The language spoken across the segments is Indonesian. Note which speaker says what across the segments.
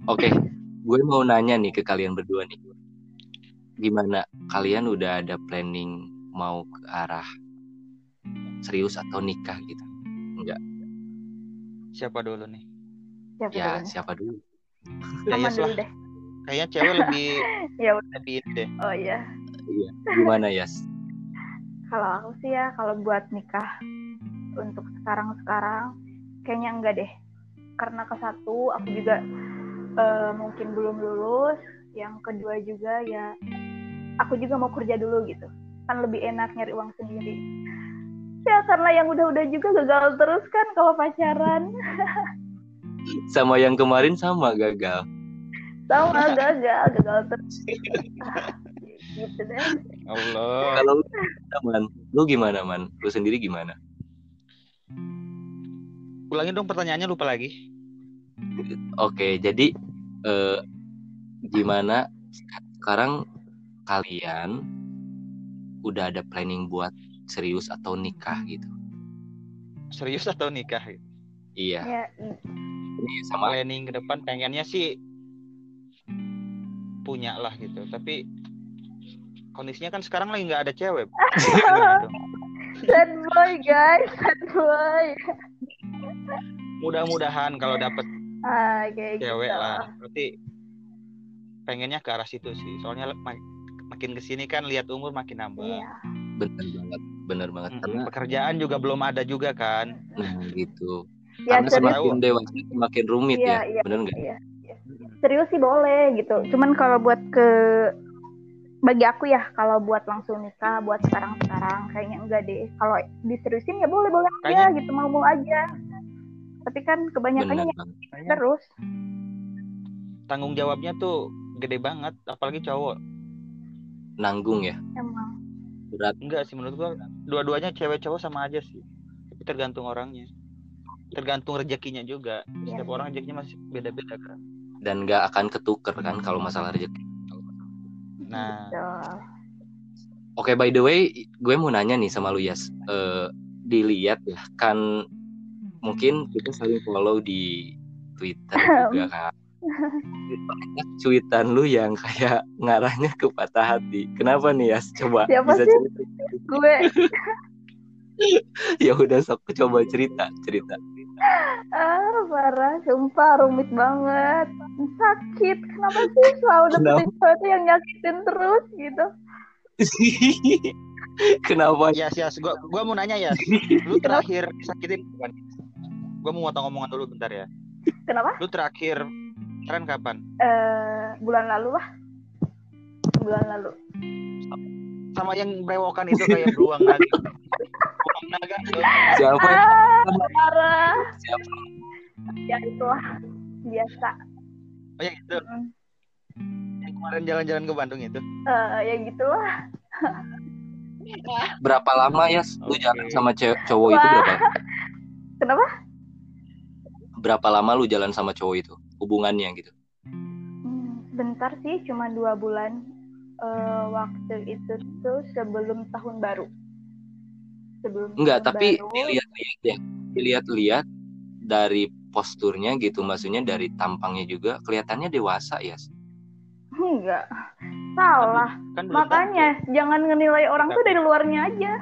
Speaker 1: Oke, gue mau nanya nih ke kalian berdua nih. Gimana? Kalian udah ada planning mau ke arah serius atau nikah gitu? Enggak.
Speaker 2: Siapa dulu nih?
Speaker 3: Siapa dulu
Speaker 1: Ya,
Speaker 3: nih?
Speaker 1: siapa dulu?
Speaker 2: Ya
Speaker 3: Aman
Speaker 2: Yas
Speaker 3: dulu
Speaker 2: lah.
Speaker 3: deh.
Speaker 2: Kayaknya cewek lebih
Speaker 3: Ya udah.
Speaker 2: lebih ini deh.
Speaker 3: Oh iya.
Speaker 1: Iya. Gimana, Yas?
Speaker 3: Kalau aku sih ya, kalau buat nikah untuk sekarang kayaknya enggak deh. Karena ke satu aku juga mungkin belum lulus. Yang kedua juga ya aku juga mau kerja dulu gitu. Kan lebih enak nyari uang sendiri. Ya karena yang udah-udah juga gagal terus kan kalau pacaran.
Speaker 1: Sama yang kemarin sama gagal.
Speaker 3: Sama gagal terus. Gitu deh.
Speaker 2: Allah.
Speaker 1: Kalau lu gimana, Man? Lu gimana, Man? Lu sendiri gimana?
Speaker 2: Ulangin dong pertanyaannya, lupa lagi.
Speaker 1: Oke, jadi gimana sekarang kalian udah ada planning buat serius atau nikah gitu?
Speaker 2: Serius atau nikah?
Speaker 1: Iya.
Speaker 3: Ya,
Speaker 1: Ini sama.
Speaker 2: Planning ke depan pengennya sih punya lah gitu. Tapi kondisinya kan sekarang lagi nggak ada cewek. Gimana dong?
Speaker 3: sad boy guys, sad boy.
Speaker 2: Mudah-mudahan kalau dapet
Speaker 3: Kayak
Speaker 2: cewek
Speaker 3: gitu.
Speaker 2: lah. Berarti pengennya ke arah situ sih. Soalnya makin kesini kan lihat umur makin nambah.
Speaker 3: Iya.
Speaker 1: Bener banget. Karena
Speaker 2: pekerjaan juga belum ada juga kan.
Speaker 1: gitu.
Speaker 3: Ya,
Speaker 1: Karena
Speaker 3: serius.
Speaker 1: semakin dewasa semakin rumit ya, bener nggak?
Speaker 3: Iya. Serius sih boleh gitu. Cuman kalau buat bagi aku ya, kalau buat langsung nikah, buat sekarang kayaknya enggak deh. Kalau diseriusin ya boleh aja
Speaker 2: Kayaknya
Speaker 3: gitu, mau aja. Tapi kan kebanyakannya terus.
Speaker 2: Tanggung jawabnya tuh gede banget, apalagi cowok.
Speaker 1: Nanggung ya.
Speaker 3: Emang.
Speaker 1: Berat.
Speaker 2: Enggak sih, menurut gua dua-duanya cewek cowok sama aja sih. Tapi tergantung orangnya. Tergantung rezekinya juga. Setiap orang rezekinya masih beda-beda kan.
Speaker 1: Dan nggak akan ketuker kan kalau masalah rezeki.
Speaker 2: Nah.
Speaker 1: Oke, by the way, gue mau nanya nih sama lu, Yas. Dilihat ya, kan mungkin kita saling follow di Twitter juga kan. Banyak cuitan lu yang kayak ngarahnya ke patah hati. Kenapa nih, Yas? Coba
Speaker 3: siapa
Speaker 1: bisa
Speaker 3: sih?
Speaker 1: cerita.
Speaker 3: Gue.
Speaker 1: Ya udah, sok coba cerita.
Speaker 3: Parah, sumpah rumit banget. Sakit. Kenapa sih selalu dapetin cowok itu yang nyakitin terus gitu?
Speaker 1: Kenapa?
Speaker 2: Yas, gua mau nanya ya. Lu terakhir disakitin kapan? Gua mau motong omongan dulu bentar ya.
Speaker 3: Kenapa?
Speaker 2: Lu terakhir pacaran kapan?
Speaker 3: Bulan lalu lah. Bulan lalu.
Speaker 2: Sama yang berewokan itu kayak beruang naga. Beruang naga.
Speaker 1: Siapa?
Speaker 3: Parah.
Speaker 1: Siapa?
Speaker 3: Ya itulah biasa.
Speaker 2: Oh ya gitu. Yang kemarin jalan-jalan ke Bandung itu.
Speaker 3: Ya gitulah.
Speaker 1: Berapa lama ya lu jalan sama cowok itu berapa?
Speaker 3: Kenapa?
Speaker 1: Berapa lama lu jalan sama cowok itu? Hubungannya gitu?
Speaker 3: Bentar sih, cuma 2 bulan. Waktu itu tuh sebelum tahun baru.
Speaker 1: Enggak, tapi dilihat-lihat dari posturnya gitu, maksudnya dari tampangnya juga kelihatannya dewasa ya.
Speaker 3: Enggak, salah. Kan makanya jangan ngenilai orang tuh dari luarnya aja.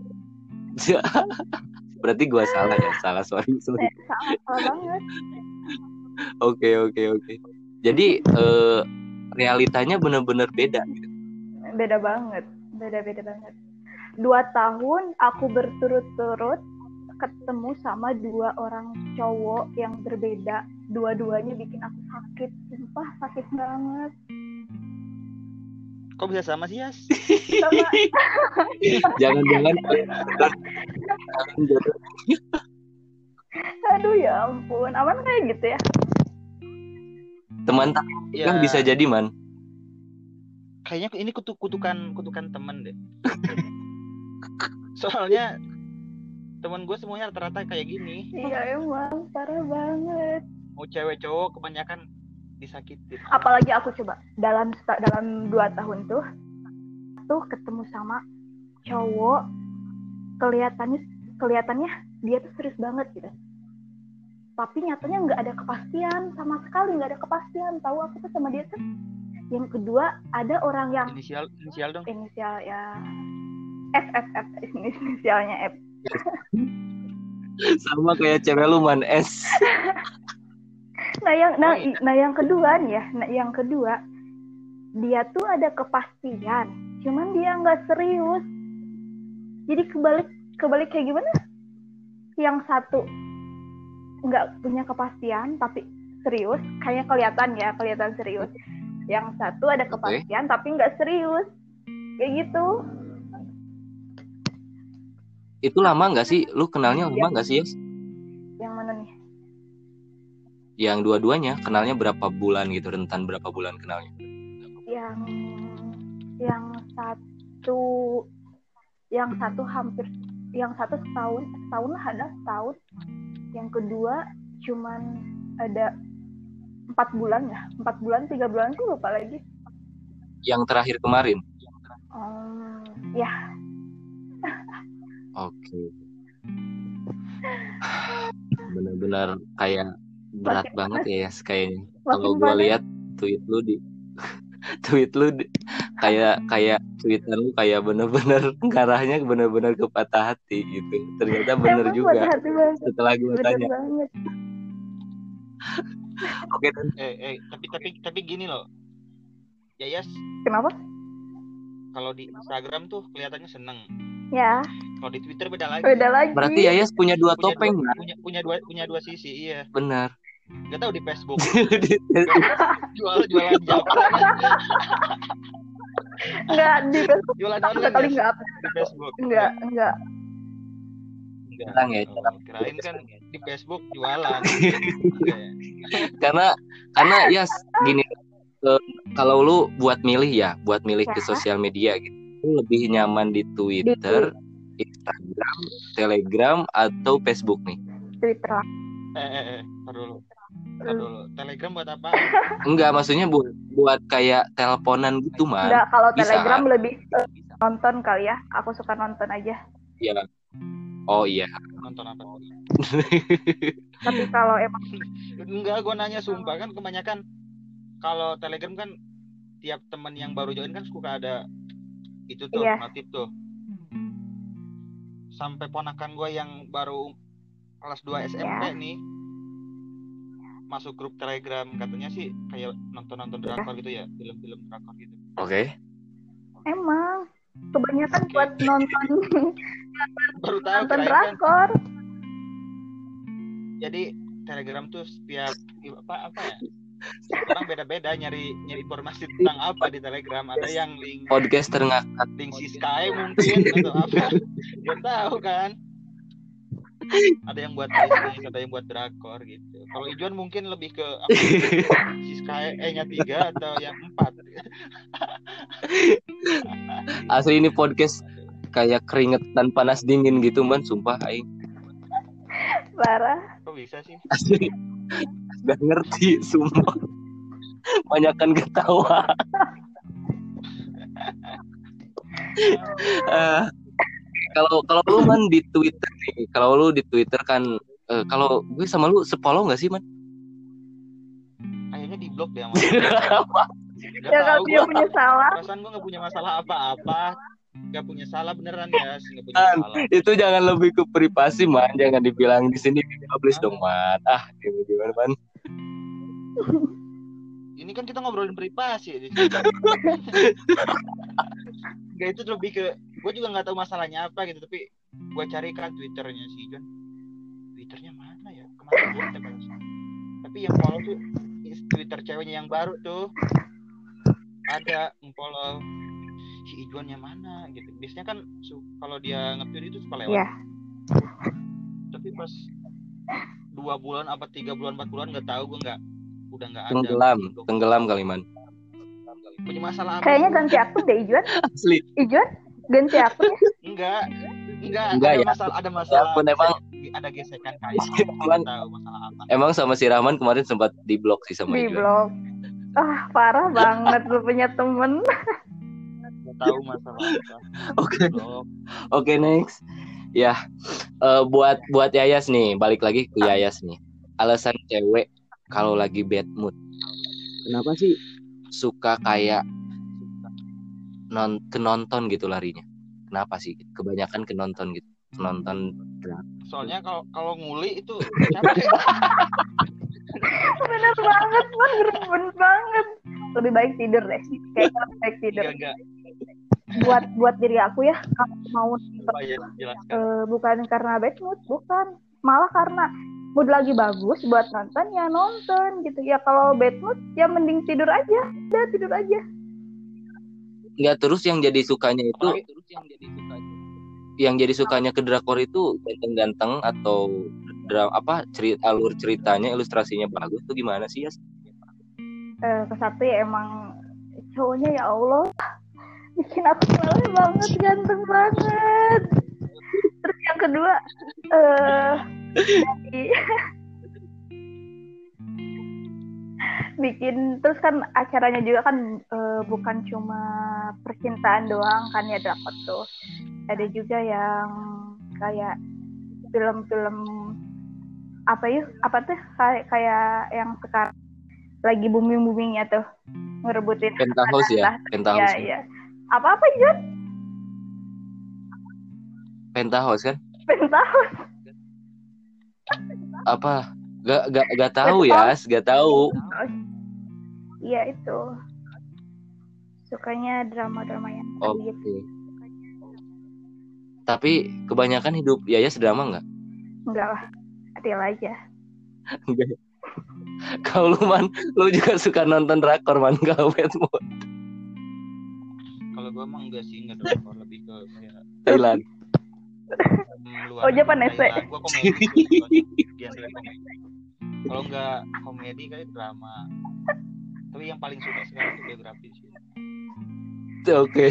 Speaker 1: Berarti gua salah ya, sorry.
Speaker 3: Salah banget.
Speaker 1: Oke. Jadi realitanya benar-benar beda gitu.
Speaker 3: Beda banget. 2 tahun aku berturut-turut ketemu sama 2 orang cowok yang berbeda. Dua-duanya bikin aku sakit. Sumpah sakit banget.
Speaker 2: Kok bisa sama sih, Yas?
Speaker 3: Sama.
Speaker 1: Jangan.
Speaker 3: Aduh ya ampun. Aman kayak gitu ya?
Speaker 1: Teman kan bisa jadi, Man.
Speaker 2: Kayaknya ini kutukan teman deh. Soalnya teman gue semuanya rata-rata kayak gini.
Speaker 3: Iya emang parah banget.
Speaker 2: Mau cewek cowok kebanyakan disakitin.
Speaker 3: Apalagi aku coba dalam 2 tahun tuh ketemu sama cowok kelihatannya dia tuh serius banget gitu. tapi nyatanya nggak ada kepastian sama sekali, nggak ada kepastian. Tahu aku tuh sama dia tuh. Yang kedua ada orang yang
Speaker 2: Inisial dong.
Speaker 3: inisial ya F inisialnya F.
Speaker 1: Sama kayak cewek lu man S.
Speaker 3: Nah yang kedua nih ya, yang kedua dia tuh ada kepastian, cuman dia nggak serius. Jadi kebalik kayak gimana? Yang satu nggak punya kepastian tapi serius, kayaknya kelihatan serius. Yang satu ada kepastian tapi nggak serius, kayak gitu.
Speaker 1: Itu lama nggak sih? Lu kenalnya lama nggak sih, Yes?
Speaker 3: Yang mana nih?
Speaker 1: Yang dua-duanya kenalnya berapa bulan gitu, rentan berapa bulan kenalnya? Yang satu hampir, yang satu setahun lah, ada setahun. Yang kedua cuman ada 4 bulan, 3 bulan sih lupa lagi. Yang terakhir kemarin?
Speaker 3: Ya.
Speaker 1: Oke. Benar-benar kayak berat banget ya, Yes, kayaknya. Kalau gue lihat tweet lu kayak tweetan lu kayak bener-bener ngarahnya bener-bener ke patah hati gitu. Ternyata bener juga setelah gue tanya. Oke.
Speaker 2: Tapi gini loh ya, Yes.
Speaker 3: Kenapa?
Speaker 2: Kalau di Instagram tuh kelihatannya seneng
Speaker 3: ya,
Speaker 2: kalau di Twitter beda lagi.
Speaker 1: Berarti Yayas punya dua topeng kan?
Speaker 2: Punya dua sisi, iya.
Speaker 1: Benar.
Speaker 2: Gak tahu di Facebook jualan japran.
Speaker 3: Enggak di Facebook.
Speaker 2: Jualan online
Speaker 3: kali enggak
Speaker 2: di Facebook.
Speaker 3: Enggak.
Speaker 1: Jarang ya.
Speaker 2: Kirain kan di Facebook jualan.
Speaker 1: Karena Yas gini, kalau lu buat milih ke sosial media gitu, lu lebih nyaman di Twitter, Instagram, Telegram atau Facebook nih?
Speaker 3: Twitter lah.
Speaker 2: Dulu. Telegram buat apa?
Speaker 1: Enggak, maksudnya buat kayak teleponan gitu, Man.
Speaker 3: Enggak, kalau Telegram lebih nonton kali ya. Aku suka nonton aja.
Speaker 1: Iya. Oh iya.
Speaker 2: Nonton apa?
Speaker 3: Tapi kalau emang
Speaker 2: enggak, gue nanya sumpah kan kebanyakan kalau Telegram kan tiap teman yang baru join kan suka ada itu tuh, notif tuh. Sampai ponakan gue yang baru kelas 2 SMP nih masuk grup Telegram, katanya sih kayak nonton drakor gitu ya, film-film drakor gitu.
Speaker 1: Oke.
Speaker 3: Emang kebanyakan buat nonton
Speaker 2: baru tahu
Speaker 3: nonton drakor.
Speaker 2: Jadi Telegram tuh setiap apa ya? Orang beda-beda nyari informasi tentang apa di Telegram. Ada yang link
Speaker 1: podcaster ngangkat
Speaker 2: link si Sky mungkin atau apa. Gak tahu kan. Ada yang buat bisnis, ada yang buat drakor gitu. Kalau Ijuan mungkin lebih ke apa, si Sky nya 3 atau yang 4.
Speaker 1: Asli ini podcast kayak keringetan panas dingin gitu, Man, sumpah aing.
Speaker 3: Parah.
Speaker 2: Kok bisa sih?
Speaker 1: Asli gak ngerti, sumpah. Banyakan ketawa. Kalau lu, Man, di Twitter nih, kalau lu di Twitter kan, kalau gue sama lu sepolong nggak sih, Man?
Speaker 2: Kayaknya di blok deh sama.
Speaker 3: Ya kalau dia punya salah.
Speaker 2: Perasaan gue nggak punya masalah apa-apa, nggak punya salah beneran ya, nggak punya salah.
Speaker 1: Itu jangan lebih ke privasi, Man, jangan dibilang di sini publish dong, Man. Gimana, Man?
Speaker 2: Ini kan kita ngobrolin privasi di sini. Gak, itu lebih ke gue juga nggak tahu masalahnya apa gitu, tapi gue carikan Twitternya si John. Twitternya mana ya? Kemarin gue tekan. Tapi yang follow tuh Twitter ceweknya yang baru tuh ada follow si Ijuannya mana gitu. Biasanya kan kalau dia nge-tweet itu suka lewat.
Speaker 3: Yeah.
Speaker 2: Tapi pas 2 bulan apa 3 bulan 4 bulan nggak tahu, gue udah nggak
Speaker 1: ada. Tenggelam kali, Man.
Speaker 2: Punya masalah apa?
Speaker 3: Kayaknya ganti akun deh Ijuan.
Speaker 1: Asli.
Speaker 3: Ijuan ganti akun ya?
Speaker 2: Enggak ada masalah.
Speaker 1: Ya, pun emang
Speaker 2: ada gesekan kayak. Tahu masalah apa.
Speaker 1: Emang sama si Rahman kemarin sempat diblok sih sama Ijuan.
Speaker 3: Diblok. Parah banget lu punya temen.
Speaker 2: Tahu masalah apa.
Speaker 1: Oke, next. Ya, buat Yayas nih, balik lagi ke Yayas nih. alasan cewek kalau lagi bad mood. Kenapa sih suka kayak ke nonton gitu larinya? Kenapa sih? Kebanyakan ke nonton gitu. Nonton drakor.
Speaker 2: Soalnya kalau nguli itu capek.
Speaker 3: Bener banget, bener banget. Lebih baik tidur deh. Kayaknya lebih baik tidur.
Speaker 2: Enggak.
Speaker 3: Buat diri aku ya, kalau mau bukan karena bad mood, bukan. Malah karena mood lagi bagus buat nonton ya nonton gitu. Ya kalau bad mood ya mending tidur aja. Udah tidur aja.
Speaker 1: Enggak, terus yang jadi sukanya itu yang jadi sukanya ke drakor itu ganteng-ganteng atau alur ceritanya, ilustrasinya bagus tuh gimana sih ya?
Speaker 3: Ke satu ya emang cowoknya ya Allah bikin aku malah banget, ganteng banget. Terus yang kedua bikin terus kan acaranya juga kan bukan cuma percintaan doang kan ya drakor tuh, ada juga yang kayak film-film apa tuh kayak yang sekarang lagi boomingnya tuh ngerebutin
Speaker 1: Penthouse ya, Penthouse
Speaker 3: ya. Apa Jun?
Speaker 1: Penthouse kan?
Speaker 3: Penthouse
Speaker 1: apa? Gak tahu ya, gak tahu.
Speaker 3: Iya itu. Sukanya drama-drama yang gitu. Tapi kebanyakan hidup Yayas drama nggak? Enggak lah, adil aja.
Speaker 1: Enggak. Kalau lu Man, lu juga suka nonton drakor Man, kalau bad mood.
Speaker 2: Kalau gue emang enggak sih, enggak drakor, lebih ke kayak
Speaker 1: Thailand.
Speaker 3: Oh Japanese.
Speaker 2: Gue komedi. Kalau enggak komedi kayak drama. Tapi yang paling suka sekarang itu biografi sih.
Speaker 1: Oke.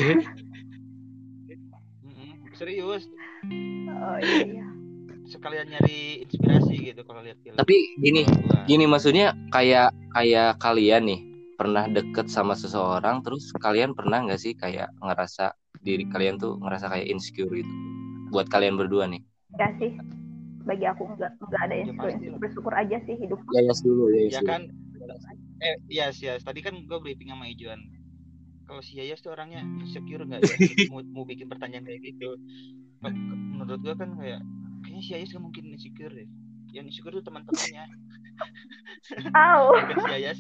Speaker 2: Serius.
Speaker 3: Oh iya.
Speaker 2: Sekalian nyari inspirasi gitu kalau lihat film.
Speaker 1: Tapi gini maksudnya kayak kalian nih pernah deket sama seseorang, terus kalian pernah nggak sih kayak ngerasa diri kalian tuh ngerasa kayak insecure gitu? Buat kalian berdua nih?
Speaker 3: Enggak sih. Bagi aku enggak ada insecure. Bersyukur aja sih hidup.
Speaker 1: Yayas dulu.
Speaker 2: Ya kan. Yes. Tadi kan gue briefing sama Ijuan. Kalau si Yayas tuh orangnya insecure nggak ya? mau bikin pertanyaan kayak gitu. Menurut gue kan kayaknya si Yayas gak mungkin insecure deh. Yang insecure tuh teman-temannya. Bukan si Yayas.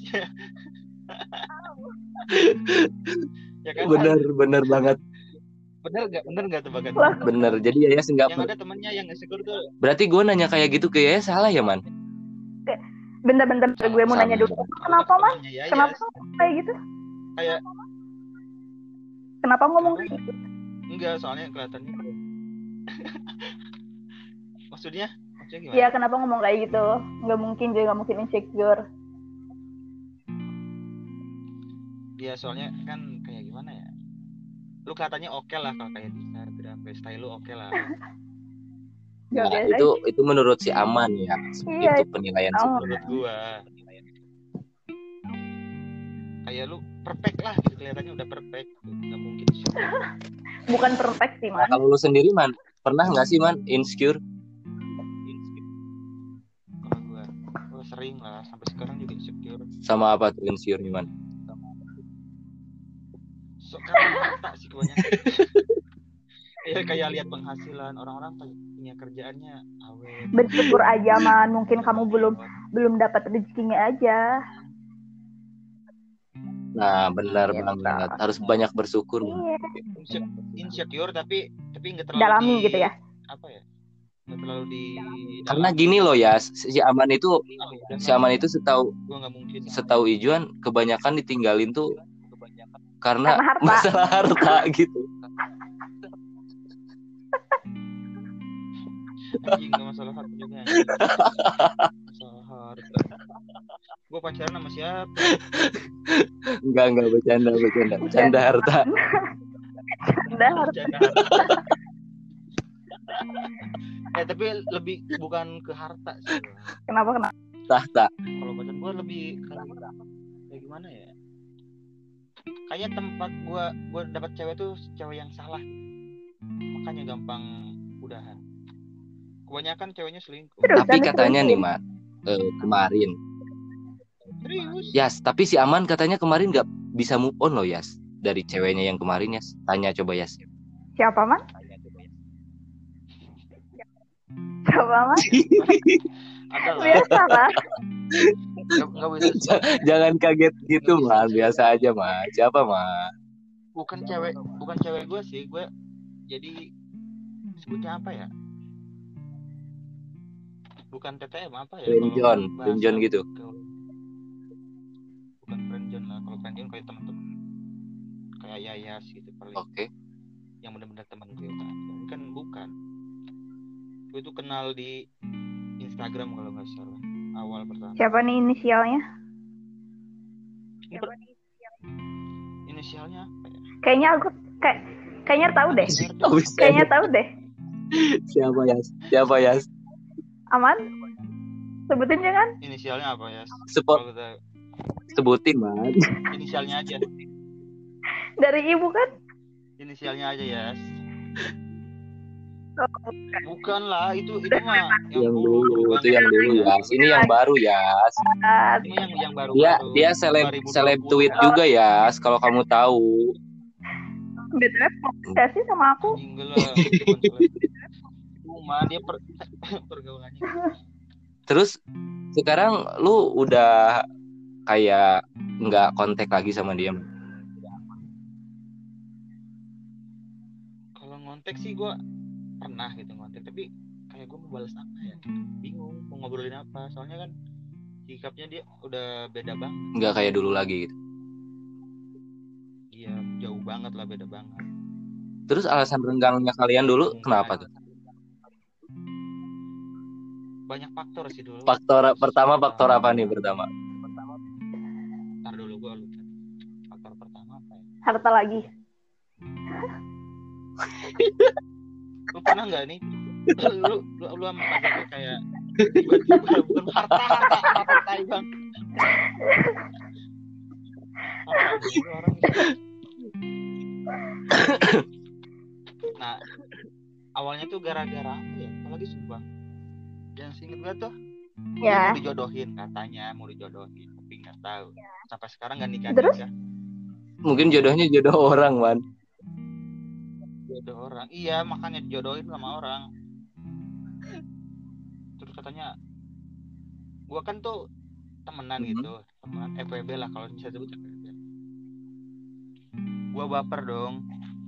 Speaker 2: Ya kan?
Speaker 1: Bener banget.
Speaker 2: Bener nggak tuh Bagan?
Speaker 1: Bener. Jadi Yayas nggak.
Speaker 2: Yang ada temannya yang insecure tuh.
Speaker 1: Berarti gue nanya kayak gitu ke Yayas salah ya Man?
Speaker 3: Bentar gue mau nanya dulu. Kenapa Man? Kenapa kayak gitu?
Speaker 2: Kayak
Speaker 3: kenapa ngomong kayak gitu?
Speaker 2: Enggak, soalnya kelihatannya. Maksudnya gimana?
Speaker 3: Ya kenapa ngomong kayak gitu? Nggak mungkin insecure.
Speaker 2: Ya soalnya kan kayak gimana ya? Lu katanya oke lah kalau kayak di Instagram, style lu oke lah.
Speaker 1: Nah, itu menurut si Aman ya.
Speaker 3: Iya,
Speaker 1: itu penilaian
Speaker 2: menurut gua. Kayak lu perfect lah gitu, kelihatannya udah perfect. Nggak mungkin sih.
Speaker 3: Bukan perfect sih Man.
Speaker 1: Nah, kalau lu sendiri Man, pernah nggak sih Man insecure?
Speaker 2: Kalau gua sering lah, sampai sekarang juga insecure.
Speaker 1: Sama apa tuh insecure nih Man?
Speaker 2: Karena tak sih kebanyakan. Ya kayak lihat penghasilan orang-orang punya kerjaannya awet.
Speaker 3: Bersyukur aja Man, mungkin kamu belum dapat rezekinya aja.
Speaker 1: Nah benar banget, harus banyak bersyukur.
Speaker 3: Iya.
Speaker 2: Insecure tapi nggak terlalu
Speaker 3: dalami gitu ya.
Speaker 2: Apa ya? Nggak terlalu di.
Speaker 1: Karena gini loh ya, si Aman itu setahu Ijuan kebanyakan ditinggalin tuh karena masalah harta gitu.
Speaker 2: Anjing, gak masalah harta juga. Masalah harta. Gue pacaran sama siapa?
Speaker 1: Enggak bercanda harta.
Speaker 3: Bercanda harta.
Speaker 2: Tapi lebih bukan ke harta sih.
Speaker 3: Kenapa?
Speaker 1: Tahta.
Speaker 2: Kalau pacaran gue lebih kayak gimana ya? Kayaknya tempat gue dapat cewek tuh cewek yang salah. Makanya gampang udahan. Kebanyakan ceweknya selingkuh.
Speaker 1: Tapi katanya nih Man, kemarin.
Speaker 2: Serius?
Speaker 1: Yas, tapi si Aman katanya kemarin nggak bisa move on loh Yas dari ceweknya yang kemarin Yas. Tanya coba Yas.
Speaker 3: Siapa man? Siapa man?
Speaker 2: Ada lah.
Speaker 3: Biasa lah.
Speaker 2: Nggak bisa.
Speaker 1: Jangan kaget gitu
Speaker 2: Nggak bisa.
Speaker 1: man, biasa aja man. Siapa man?
Speaker 2: Bukan cewek gue sih, gue jadi sebutnya apa ya? Bukan TTM apa ya?
Speaker 1: Friendzone gitu.
Speaker 2: Bukan friendzone lah. Kalau friendzone kayak teman-teman kayak Yayas gitu paling.
Speaker 1: Oke.
Speaker 2: Yang benar-benar teman gue kan. Ini kan bukan. Gue tuh kenal di Instagram kalau nggak salah awal pertama.
Speaker 3: Siapa nih inisialnya?
Speaker 2: Inisialnya apa ya?
Speaker 3: Kayaknya tahu deh.
Speaker 1: Bisa.
Speaker 3: Kayaknya tahu deh.
Speaker 1: Siapa Yas?
Speaker 3: Aman? Sebutin jangan.
Speaker 2: Inisialnya apa ya?
Speaker 1: Kalau kita sebutin man.
Speaker 2: Inisialnya aja.
Speaker 3: Dari ibu kan?
Speaker 2: Inisialnya aja ya. Bukan lah, itu mah
Speaker 1: yang dulu. Itu yang dulu Yas. Ini yang baru Yas.
Speaker 2: Ini yang baru.
Speaker 1: Dia seleb tweet juga Yas. Kalau kamu tahu.
Speaker 3: Betul. Saya sih sama aku.
Speaker 2: Cuma dia pergaulannya.
Speaker 1: Terus sekarang lu udah kayak nggak kontak lagi sama dia?
Speaker 2: Kalau ngontek sih gue pernah gitu ngontek, tapi kayak gue mau balas apa ya, bingung mau ngobrolin apa, soalnya kan sikapnya dia udah beda banget.
Speaker 1: Nggak kayak dulu lagi gitu.
Speaker 2: Iya, jauh banget lah, beda banget.
Speaker 1: Terus alasan renggangnya kalian dulu kenapa tuh?
Speaker 2: Banyak faktor sih dulu.
Speaker 1: Faktor apa nih pertama?
Speaker 2: Ntar dulu gue lupa. Faktor pertama apa ya?
Speaker 3: Harta lagi.
Speaker 2: Lu pernah nggak nih? Lu sama pacarnya kayak tiba-tiba bukan harta tai bang. Nah, awalnya tuh gara-gara apa ya? Apalagi sumpah. Yang singkat gue tuh
Speaker 3: Ya.
Speaker 2: mau dijodohin katanya, tapi nggak tahu. Sampai sekarang nggak nikah.
Speaker 3: Terus?
Speaker 1: Mungkin jodohnya jodoh orang, man.
Speaker 2: Jodoh orang. Iya, makanya dijodohin sama orang. Terus katanya, gua kan tuh temenan gitu, temenan FWB lah kalau bisa sebut FWB. Gua baper dong.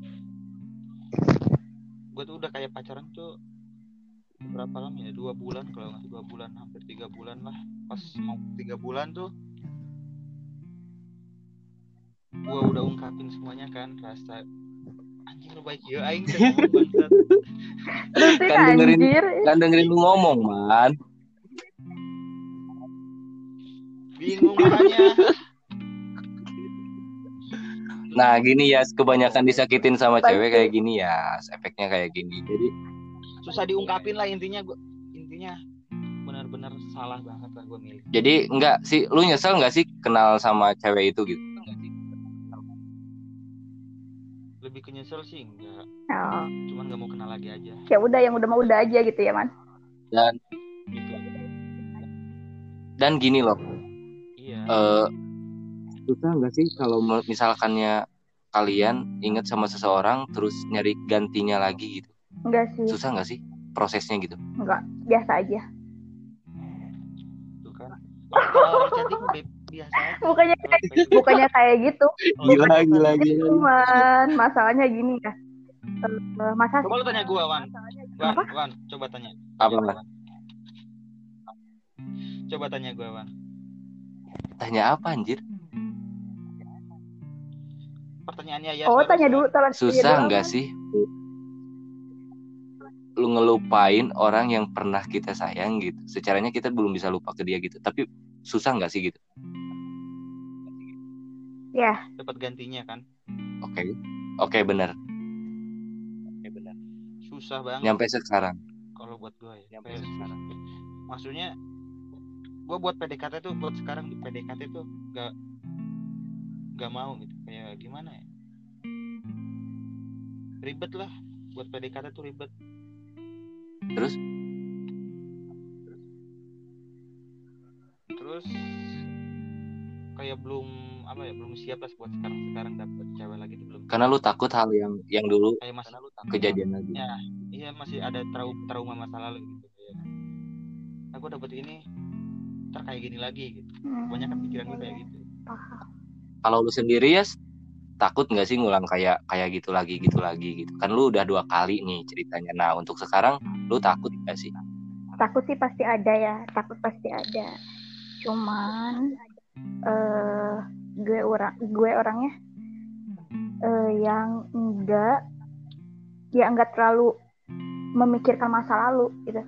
Speaker 2: Gua tuh udah kayak pacaran tuh berapa lama ya? 2 bulan kalau nggak 2 bulan, hampir 3 bulan lah. Pas mau 3 bulan tuh gua udah ungkapin semuanya kan, rasa anjing lu baik ya aing teh ngomong bangsat.
Speaker 1: Kan dengerin lu ngomong, man.
Speaker 2: Bingung makanya.
Speaker 1: Nah, gini ya, kebanyakan disakitin sama cewek kayak gini ya, efeknya kayak gini. Jadi
Speaker 2: susah diungkapin lah intinya benar-benar salah banget lah gue milih.
Speaker 1: Jadi enggak sih, lu nyesel enggak sih kenal sama cewek itu gitu?
Speaker 2: Lebih ke nyesel sih enggak.
Speaker 3: Oh.
Speaker 2: Cuman enggak mau kenal lagi aja.
Speaker 3: Ya udah, yang udah mau udah aja gitu ya, man.
Speaker 1: Dan gini loh.
Speaker 2: Iya.
Speaker 1: Susah enggak sih kalau misalkannya kalian ingat sama seseorang terus nyari gantinya lagi gitu?
Speaker 3: Enggak sih.
Speaker 1: Susah enggak sih prosesnya gitu?
Speaker 3: Enggak, biasa aja.
Speaker 2: Tuh kan. Kalau cantik biasa aja.
Speaker 3: Bukannya kayak gitu.
Speaker 1: Gila.
Speaker 3: Cuman masalahnya gini ya. Masa
Speaker 2: coba lu tanya gue, Wan, coba tanya.
Speaker 1: Apa, Wan?
Speaker 2: Coba tanya gue, Wan.
Speaker 1: Tanya apa, anjir?
Speaker 2: Pertanyaannya ya.
Speaker 3: Oh, tanya dulu.
Speaker 1: Susah enggak sih lu ngelupain orang yang pernah kita sayang gitu? Secaranya kita belum bisa lupa ke dia gitu. Tapi susah enggak sih gitu?
Speaker 3: Ya.
Speaker 2: Dapat gantinya kan?
Speaker 1: Oke, benar.
Speaker 2: Susah banget.
Speaker 1: Nyampe sekarang.
Speaker 2: Kalau buat gue ya. Nyampe sekarang. Maksudnya gue buat PDKT tuh, buat sekarang PDKT tuh gak mau gitu. Kayak gimana ya? Ribet lah. Buat PDKT tuh ribet.
Speaker 1: Terus?
Speaker 2: terus kayak belum siap lah buat sekarang dapet cewek lagi tuh belum.
Speaker 1: Karena lu takut hal yang dulu
Speaker 2: Kayak masih
Speaker 1: kejadian lagi.
Speaker 2: ya, iya masih ada trauma masa lalu gitu kayak. Aku dapet ini ntar kayak gini lagi gitu. Banyak kan pikiran gue kayak gitu.
Speaker 1: Kalau lu sendiri ya takut nggak sih ngulang kayak gitu lagi gitu. Kan lu udah 2 kali nih ceritanya. Nah untuk sekarang lu takut nggak sih?
Speaker 3: Takut sih pasti ada ya, cuman gue orangnya yang enggak terlalu memikirkan masa lalu gitu,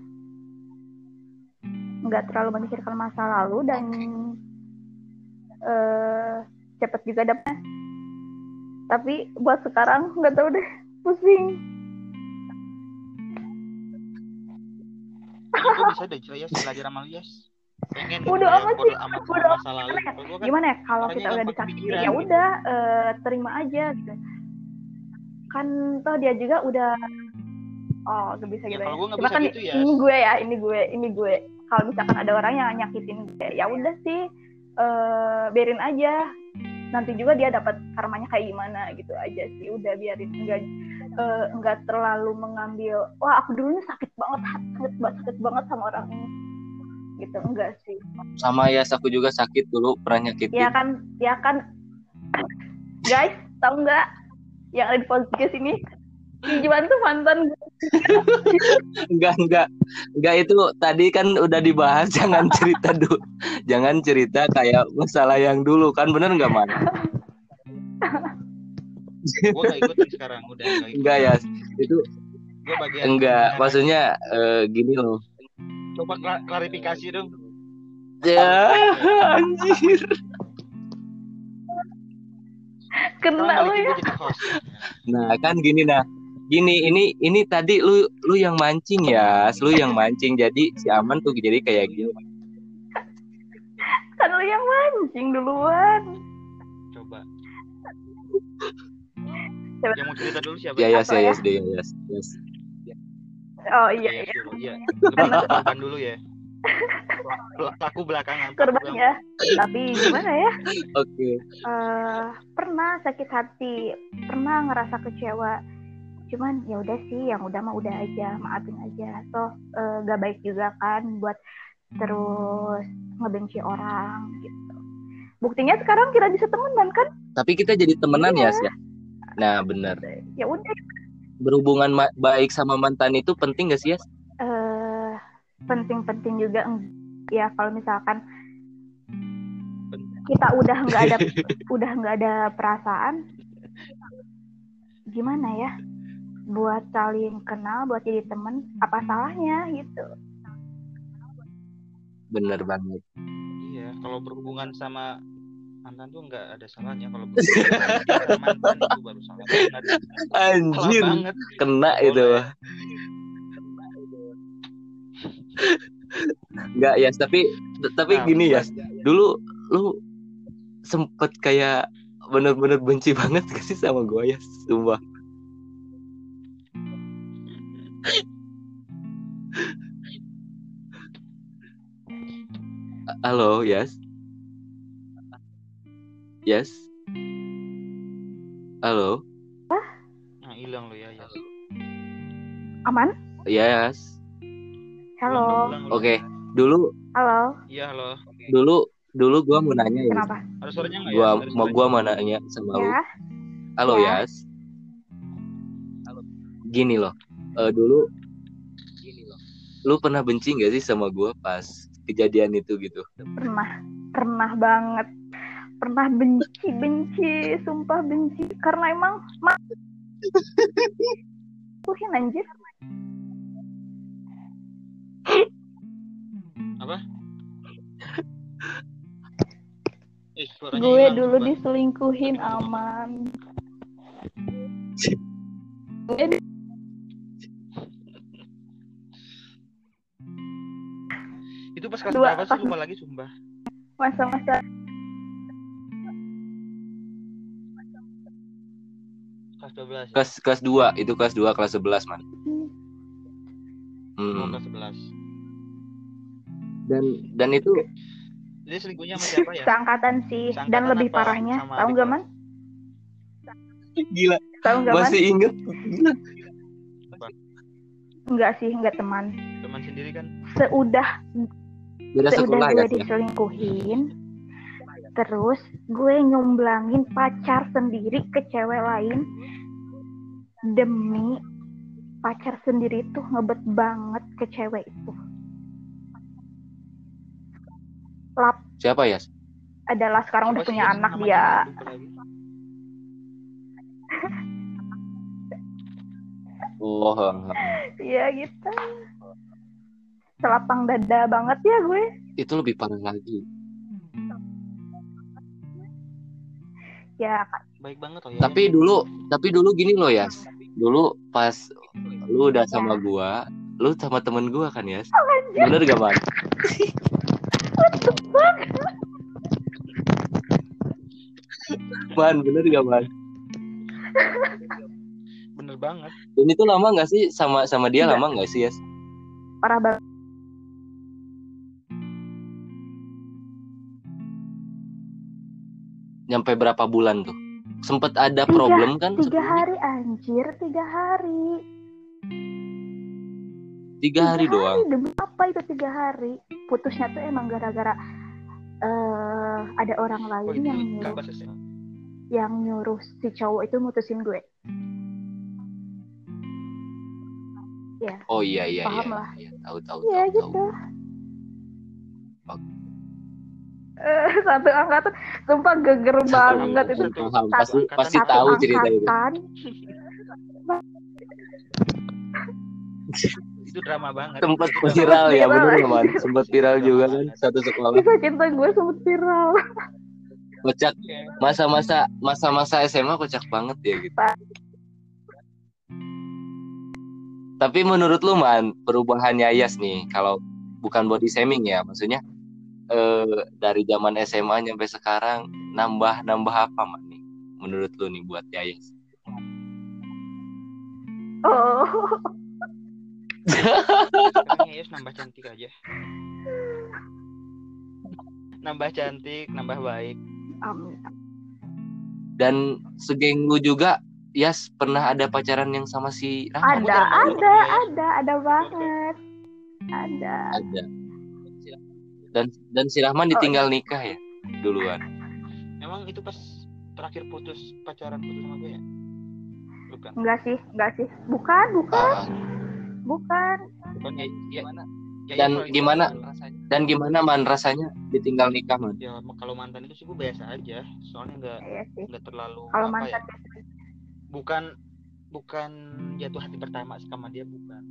Speaker 3: dan cepet juga dapet. Tapi buat sekarang nggak tahu deh, pusing.
Speaker 2: Gue bisa deh cuy ya, belajar sama lu ya. Pengen
Speaker 3: bodo amat sih,
Speaker 2: masa lalu.
Speaker 3: Gimana ya kalau kita udah disakiti ya udah terima aja gitu. Kan toh dia juga udah gak bisa gitu ya. Cuma kan gitu, ya. Ini gue. Kalau misalkan ada orang yang nyakitin gue, ya udah sih biarin aja. Nanti juga dia dapat karmanya kayak gimana gitu aja sih. Udah biarin, enggak terlalu mengambil. Wah aku dulunya sakit banget sama orang ini. Gitu enggak sih.
Speaker 1: Sama ya, aku juga sakit dulu pernah nyakitin.
Speaker 3: Ya kan. Guys, tahu nggak yang ada di podcast ini? Gimana tuh mantan gue?
Speaker 1: Enggak, itu tadi kan udah dibahas. Jangan cerita dulu. Jangan cerita kayak masalah yang dulu, kan bener nggak Man?
Speaker 2: Gue nggak ikutin sekarang, udah nggak ikutin.
Speaker 1: Enggak ya, itu enggak. Maksudnya gini loh.
Speaker 2: Coba klarifikasi dong.
Speaker 1: Ya, anjir.
Speaker 3: Kena lu ya.
Speaker 1: Nah, kan gini nah. Ini tadi lu yang mancing ya, lu yang mancing. Jadi si Aman tuh jadi kayak gini.
Speaker 3: Kan lu yang mancing duluan.
Speaker 2: Coba. Yang mau cerita dulu siapa?
Speaker 1: Yes.
Speaker 3: Oh iya.
Speaker 2: Korban dulu ya. Aku belakangan.
Speaker 3: Korban ya. Tapi gimana ya?
Speaker 1: Oke.
Speaker 3: Pernah sakit hati, pernah ngerasa kecewa. Cuman ya udah sih, yang udah mah udah aja, maafin aja. Toh gak baik juga kan buat terus ngebenci orang gitu. Buktinya sekarang kita bisa temenan kan?
Speaker 1: Tapi kita jadi temenan ya. Nah benar.
Speaker 3: Ya udah.
Speaker 1: Berhubungan baik sama mantan itu penting gak sih ya?
Speaker 3: Penting juga ya, kalau misalkan kita udah nggak ada perasaan, gimana ya, buat saling kenal, buat jadi temen, apa salahnya gitu.
Speaker 1: Bener banget.
Speaker 2: Iya, kalau berhubungan sama mantan tuh nggak ada salahnya. Kalau berhubungan sama mantan itu baru salah banget.
Speaker 1: Anjir,
Speaker 2: banget.
Speaker 1: Kena itu. Enggak ya, tapi gini ya. Dulu lu sempet kayak bener-bener benci banget gak sih sama gue ya, sumpah. Halo, Yes. Halo.
Speaker 2: Nah, hilang lo ya.
Speaker 3: Aman?
Speaker 1: Yes.
Speaker 3: Halo.
Speaker 1: Oke. Dulu.
Speaker 3: Halo.
Speaker 2: Iya, halo.
Speaker 1: Dulu gue mau nanya ya.
Speaker 3: Kenapa?
Speaker 2: Ada suaranya nggak ya?
Speaker 1: Gua mau nanya sama lu. Halo ya. Yes. Gini loh. Dulu. Lu pernah benci nggak sih sama gue pas kejadian itu gitu?
Speaker 3: Pernah banget. Pernah benci, sumpah benci. Karena emang tuhin anjir.
Speaker 2: Apa?
Speaker 3: Gue dulu diselingkuhin, Aman.
Speaker 2: Itu pas kelas berapa sih, lupa lagi sumpah.
Speaker 3: Masa-masa
Speaker 2: kelas 12 ya?
Speaker 1: Kelas 2, itu kelas 2, kelas 11 man.
Speaker 2: Kelas 11.
Speaker 1: Dan itu
Speaker 2: Jadi selingkuhnya sama siapa ya?
Speaker 3: Seangkatan sih. Dan
Speaker 2: Seangkatan
Speaker 3: lebih
Speaker 2: apa
Speaker 3: parahnya,
Speaker 2: sama
Speaker 3: tahu
Speaker 2: adik
Speaker 3: nggak
Speaker 2: kelas?
Speaker 3: man?
Speaker 1: Gila,
Speaker 3: Tahu nggak man?
Speaker 1: masih inget. Gila.
Speaker 3: Enggak sih, enggak teman.
Speaker 2: Teman sendiri kan?
Speaker 3: Seudah
Speaker 1: Beda sekolah
Speaker 3: gue
Speaker 1: ya, Sia?
Speaker 3: diselingkuhin, terus gue nyomblangin pacar sendiri ke cewek lain demi pacar sendiri tuh ngebet banget ke cewek itu. Lap
Speaker 1: Siapa ya?
Speaker 3: adalah sekarang udah
Speaker 2: Siapa sih
Speaker 3: punya
Speaker 2: ya?
Speaker 3: anak
Speaker 2: Namanya
Speaker 3: dia.
Speaker 2: lupa lagi.
Speaker 1: Oh,
Speaker 3: Iya gitu. Selapang dada banget ya gue.
Speaker 1: itu lebih parah lagi.
Speaker 3: Ya
Speaker 2: Baik banget oh ya.
Speaker 1: Tapi dulu gini loh ya. Dulu pas lu udah sama gua, lu sama temen gua kan ya? Bener gak, Man? Man, bener gak, Man?
Speaker 2: Bener banget.
Speaker 1: Ini tuh lama gak sih sama dia?
Speaker 3: Enggak.
Speaker 1: Lama gak sih, ya?
Speaker 3: parah banget.
Speaker 1: Nyampe berapa bulan tuh? Sempet ada problem kan?
Speaker 3: 3 hari anjir, 3 hari.
Speaker 1: 3 hari doang.
Speaker 3: Demi apa itu 3 hari? Putusnya tuh emang gara-gara ada orang lain
Speaker 2: itu
Speaker 3: yang nyuruh,
Speaker 2: prosesnya.
Speaker 3: yang nyuruh si cowok itu mutusin gue. Ya.
Speaker 1: Oh iya.
Speaker 3: Paham lah.
Speaker 1: Tahu.
Speaker 3: Ya gitu. Satu angkatan, sumpah geger banget itu.
Speaker 1: Paham.
Speaker 2: Satu
Speaker 1: Pasti
Speaker 2: angkatan.
Speaker 1: tahu cerita itu.
Speaker 2: Itu drama banget.
Speaker 1: Sempat
Speaker 2: Itu
Speaker 1: viral ya,
Speaker 3: viral
Speaker 1: bener
Speaker 3: aja.
Speaker 1: gak, Man? Sempat viral juga kan satu sekolah.
Speaker 3: Kisah cinta gue sempet viral.
Speaker 1: Kocak. Masa-masa SMA kocak banget ya gitu. Tapi menurut lu, Man, perubahan Yayas nih, kalau bukan body shaming ya, maksudnya dari zaman SMA sampai sekarang nambah apa, Man, nih? Menurut lu nih buat Yayas?
Speaker 3: Oh.
Speaker 2: Sekarang Yayas nambah cantik aja. Nambah cantik, nambah baik.
Speaker 3: Dan
Speaker 1: segeng lu juga, Yas, pernah ada pacaran yang sama si Rahman?
Speaker 3: Ada banget. Ada.
Speaker 1: Dan si Rahman ditinggal nikah ya duluan.
Speaker 2: Emang itu pas terakhir pacaran putus sama gue ya? Bukan.
Speaker 3: Enggak sih. Bukan.
Speaker 2: Bukan ya.
Speaker 1: Dan gimana Man rasanya ditinggal nikah, Man?
Speaker 2: Ya kalau mantan itu sih gue biasa aja, soalnya nggak terlalu
Speaker 3: kalau
Speaker 2: apa
Speaker 3: mantan
Speaker 2: ya. Bukan jatuh hati pertama sama dia, bukan.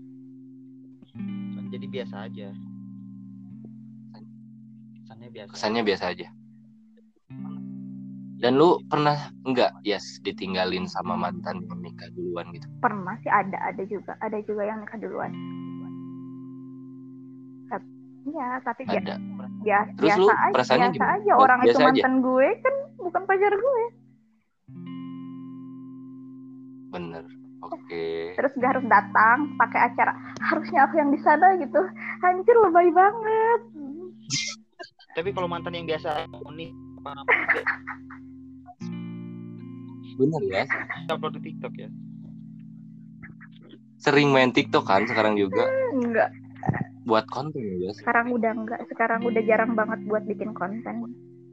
Speaker 2: Jadi biasa aja.
Speaker 1: Kesannya biasa aja. Dan lu pernah enggak ditinggalin sama mantan yang nikah duluan gitu?
Speaker 3: Pernah sih, ada juga yang nikah duluan. Ya, tapi
Speaker 1: Terus lu perasaannya
Speaker 3: biasa
Speaker 1: gimana?
Speaker 3: aja. Orang
Speaker 1: biasa
Speaker 3: itu mantan
Speaker 1: aja.
Speaker 3: gue kan bukan pacar gue.
Speaker 1: Bener. Oke.
Speaker 3: Terus gak harus datang pakai acara. Harusnya aku yang di sana gitu. Anjir, lebay banget.
Speaker 2: Tapi kalau mantan yang biasa nih apa namanya?
Speaker 1: Bener ya.
Speaker 2: Upload di TikTok ya.
Speaker 1: Sering main TikTok kan sekarang juga.
Speaker 3: Enggak.
Speaker 1: Buat konten ya.
Speaker 3: Sekarang udah enggak. Sekarang udah jarang banget buat bikin konten.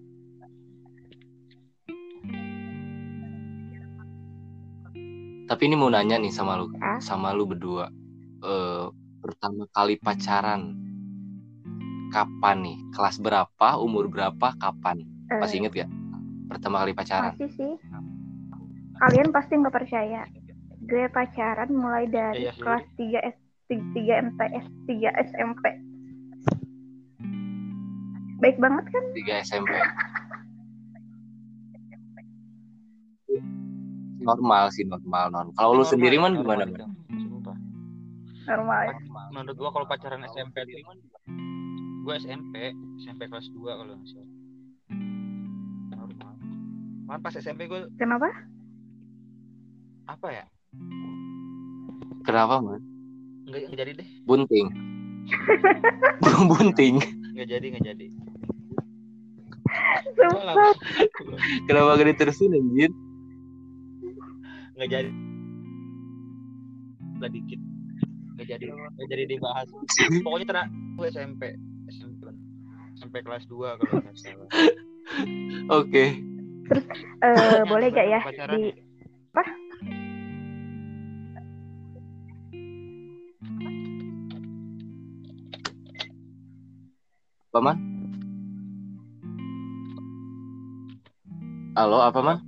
Speaker 1: Tapi ini mau nanya nih sama lu berdua. Pertama kali pacaran kapan nih? Kelas berapa? Umur berapa? Kapan? Masih inget gak? Pertama kali pacaran?
Speaker 3: Masih sih. Kalian pasti nggak percaya. Gue pacaran mulai dari kelas 3 MTS, 3 SMP. Baik banget kan?
Speaker 1: 3 SMP. Normal. Kalau lu sendiri Man gimana?
Speaker 2: Gitu.
Speaker 3: Normal.
Speaker 2: Menurut gua kalau pacaran SMP itu gua SMP kelas 2 kalau nggak salah. Normal. Malah pas SMP gua.
Speaker 3: Kenapa?
Speaker 2: Apa ya?
Speaker 1: Kenapa, Man?
Speaker 2: Nggak jadi deh.
Speaker 1: Bunting. Bunting.
Speaker 2: Nggak jadi.
Speaker 3: Sumpah.
Speaker 1: Kenapa gak diterusin anjir?
Speaker 2: Nggak jadi lah dikit nggak jadi dibahas. Pokoknya gue SMP kelas 2 kalau nggak salah.
Speaker 1: Oke.
Speaker 3: Terus boleh gak ya di apa?
Speaker 1: Apa man? Halo, apa man?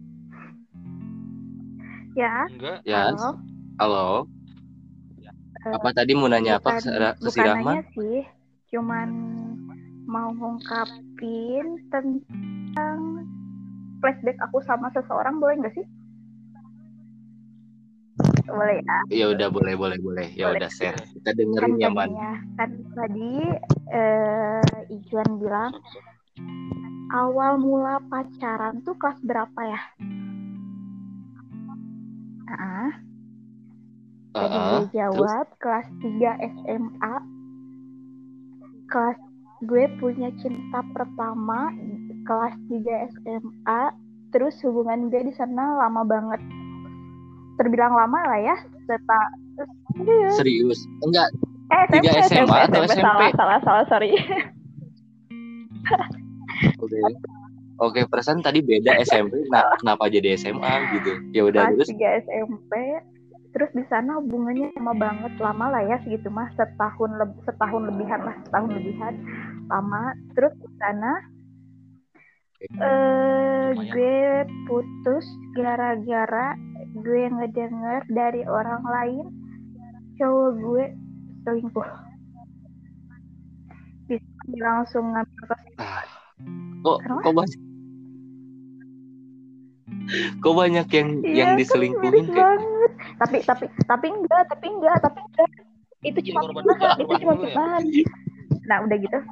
Speaker 3: Ya.
Speaker 2: Enggak.
Speaker 1: Ya. Halo. Apa tadi mau nanya apa ke si
Speaker 3: bukan
Speaker 1: Rahman?
Speaker 3: nanya sih, cuman mau ngungkapin tentang flashback aku sama seseorang, boleh nggak sih? Boleh ya.
Speaker 1: Ya udah boleh. Ya udah share. Kita dengerin ya man.
Speaker 3: Kan tadi Ijuan bilang awal mula pacaran tuh kelas berapa ya? Jadi gue jawab kelas 3 SMA. Gue punya cinta pertama kelas 3 SMA. Terus hubungan gue di sana lama banget. Terbilang lama lah ya.
Speaker 1: Serius? Enggak.
Speaker 3: SMP,
Speaker 1: 3 SMA atau SMP?
Speaker 3: Salah, sorry.
Speaker 1: Oke, perasaan tadi beda SMP. Nah, kenapa jadi SMA gitu? Ya udah terus.
Speaker 3: 3 SMP. Terus di sana hubungannya lama lah ya segitu mah, setahun lebihan lama. Terus di sana gue putus gara-gara gue ngedenger dari orang lain cowok gue selingkuh. Bisa langsung ngambil
Speaker 1: Kok banyak yang diselingkuhin
Speaker 3: kayak tapi enggak itu cuma fitnah. Nah udah gitu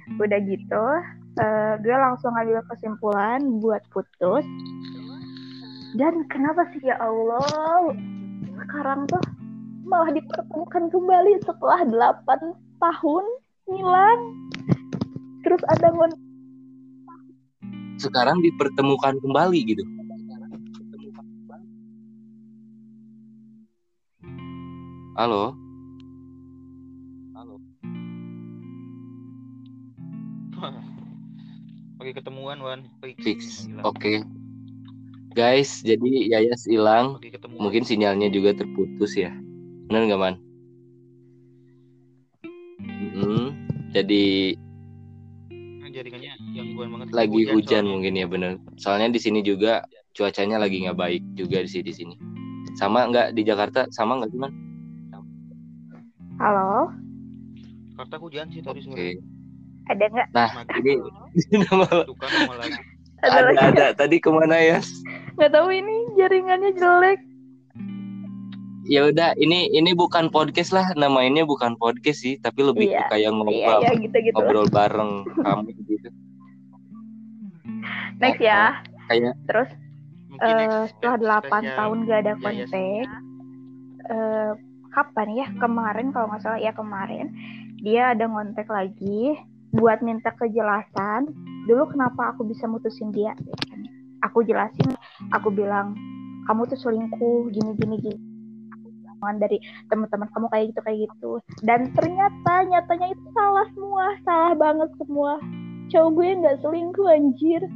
Speaker 3: gue langsung ngambil kesimpulan buat putus. Dan kenapa sih ya Allah sekarang tuh malah dipertemukan kembali setelah 8 tahun hilang. Terus ada
Speaker 1: sekarang dipertemukan kembali gitu. Halo.
Speaker 2: Oke, ketemuan Wan.
Speaker 1: Fix. Oke. Guys, jadi Yayas hilang. Mungkin sinyalnya juga terputus ya. Benar nggak man? Jadi
Speaker 2: jaringannya gangguan banget.
Speaker 1: Lagi hujan mungkin ya, benar. Soalnya di sini juga cuacanya lagi nggak baik juga di sini. Sama nggak di Jakarta? Sama nggak sih man?
Speaker 3: Halo.
Speaker 2: Jakarta hujan sih tadi sore.
Speaker 3: Ada nggak?
Speaker 1: Nah ini nama
Speaker 2: lagi.
Speaker 1: Ada. Tadi kemana ya?
Speaker 3: Nggak tahu, ini jaringannya jelek.
Speaker 1: Ya udah, ini bukan podcast lah, namanya bukan podcast sih, tapi lebih ke kayak ngobrol, gitu. Ngobrol bareng kamu gitu.
Speaker 3: Next ya.
Speaker 1: Kayak
Speaker 3: terus setelah 8 tahun gak ada kontak, kapan ya? Kemarin kalau nggak salah ya, kemarin dia ada ngontek lagi buat minta kejelasan. Dulu kenapa aku bisa mutusin dia? Aku jelasin, aku bilang kamu tuh selingkuh, gini. Dari teman-teman kamu kayak gitu. Dan nyatanya itu salah semua, salah banget semua. Cowok gue nggak selingkuh anjir.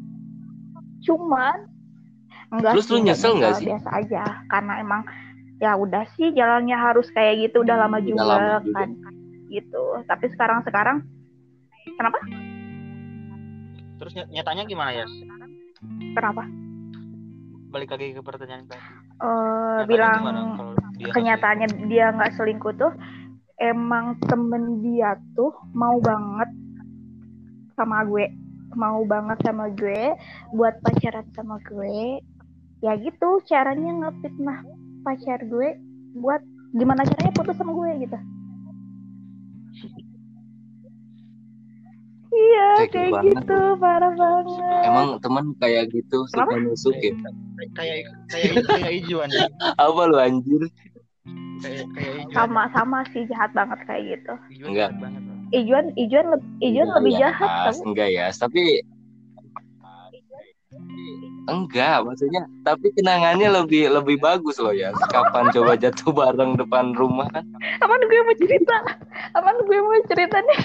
Speaker 3: Cuman enggak.
Speaker 1: Terus lu nyesel nggak sih?
Speaker 3: Biasa aja, karena emang ya udah sih jalannya harus kayak gitu, udah lama juga kan gitu. Tapi sekarang kenapa?
Speaker 2: Terus nyatanya gimana ya?
Speaker 3: Kenapa?
Speaker 2: Balik lagi ke pertanyaan tadi.
Speaker 3: Bilang kenyataannya dia nggak selingkuh tuh emang temen dia tuh mau banget sama gue buat pacaran sama gue. Ya gitu caranya ngefitnah pacar gue buat gimana caranya putus sama gue gitu. Iya kayak gitu, parah banget.
Speaker 1: Emang teman kayak gitu suka nusuk ya?
Speaker 2: Kayak Ijuan.
Speaker 1: Apa lu anjir?
Speaker 2: Kayak
Speaker 3: sama sih, jahat banget kayak gitu.
Speaker 1: Enggak.
Speaker 3: Ijuan lebih jahat tau.
Speaker 1: Enggak ya, tapi Enggak, maksudnya tapi kenangannya lebih bagus loh ya. Kapan coba jatuh bareng depan rumah kan?
Speaker 3: Apaan gue mau cerita? Apaan gue mau cerita nih?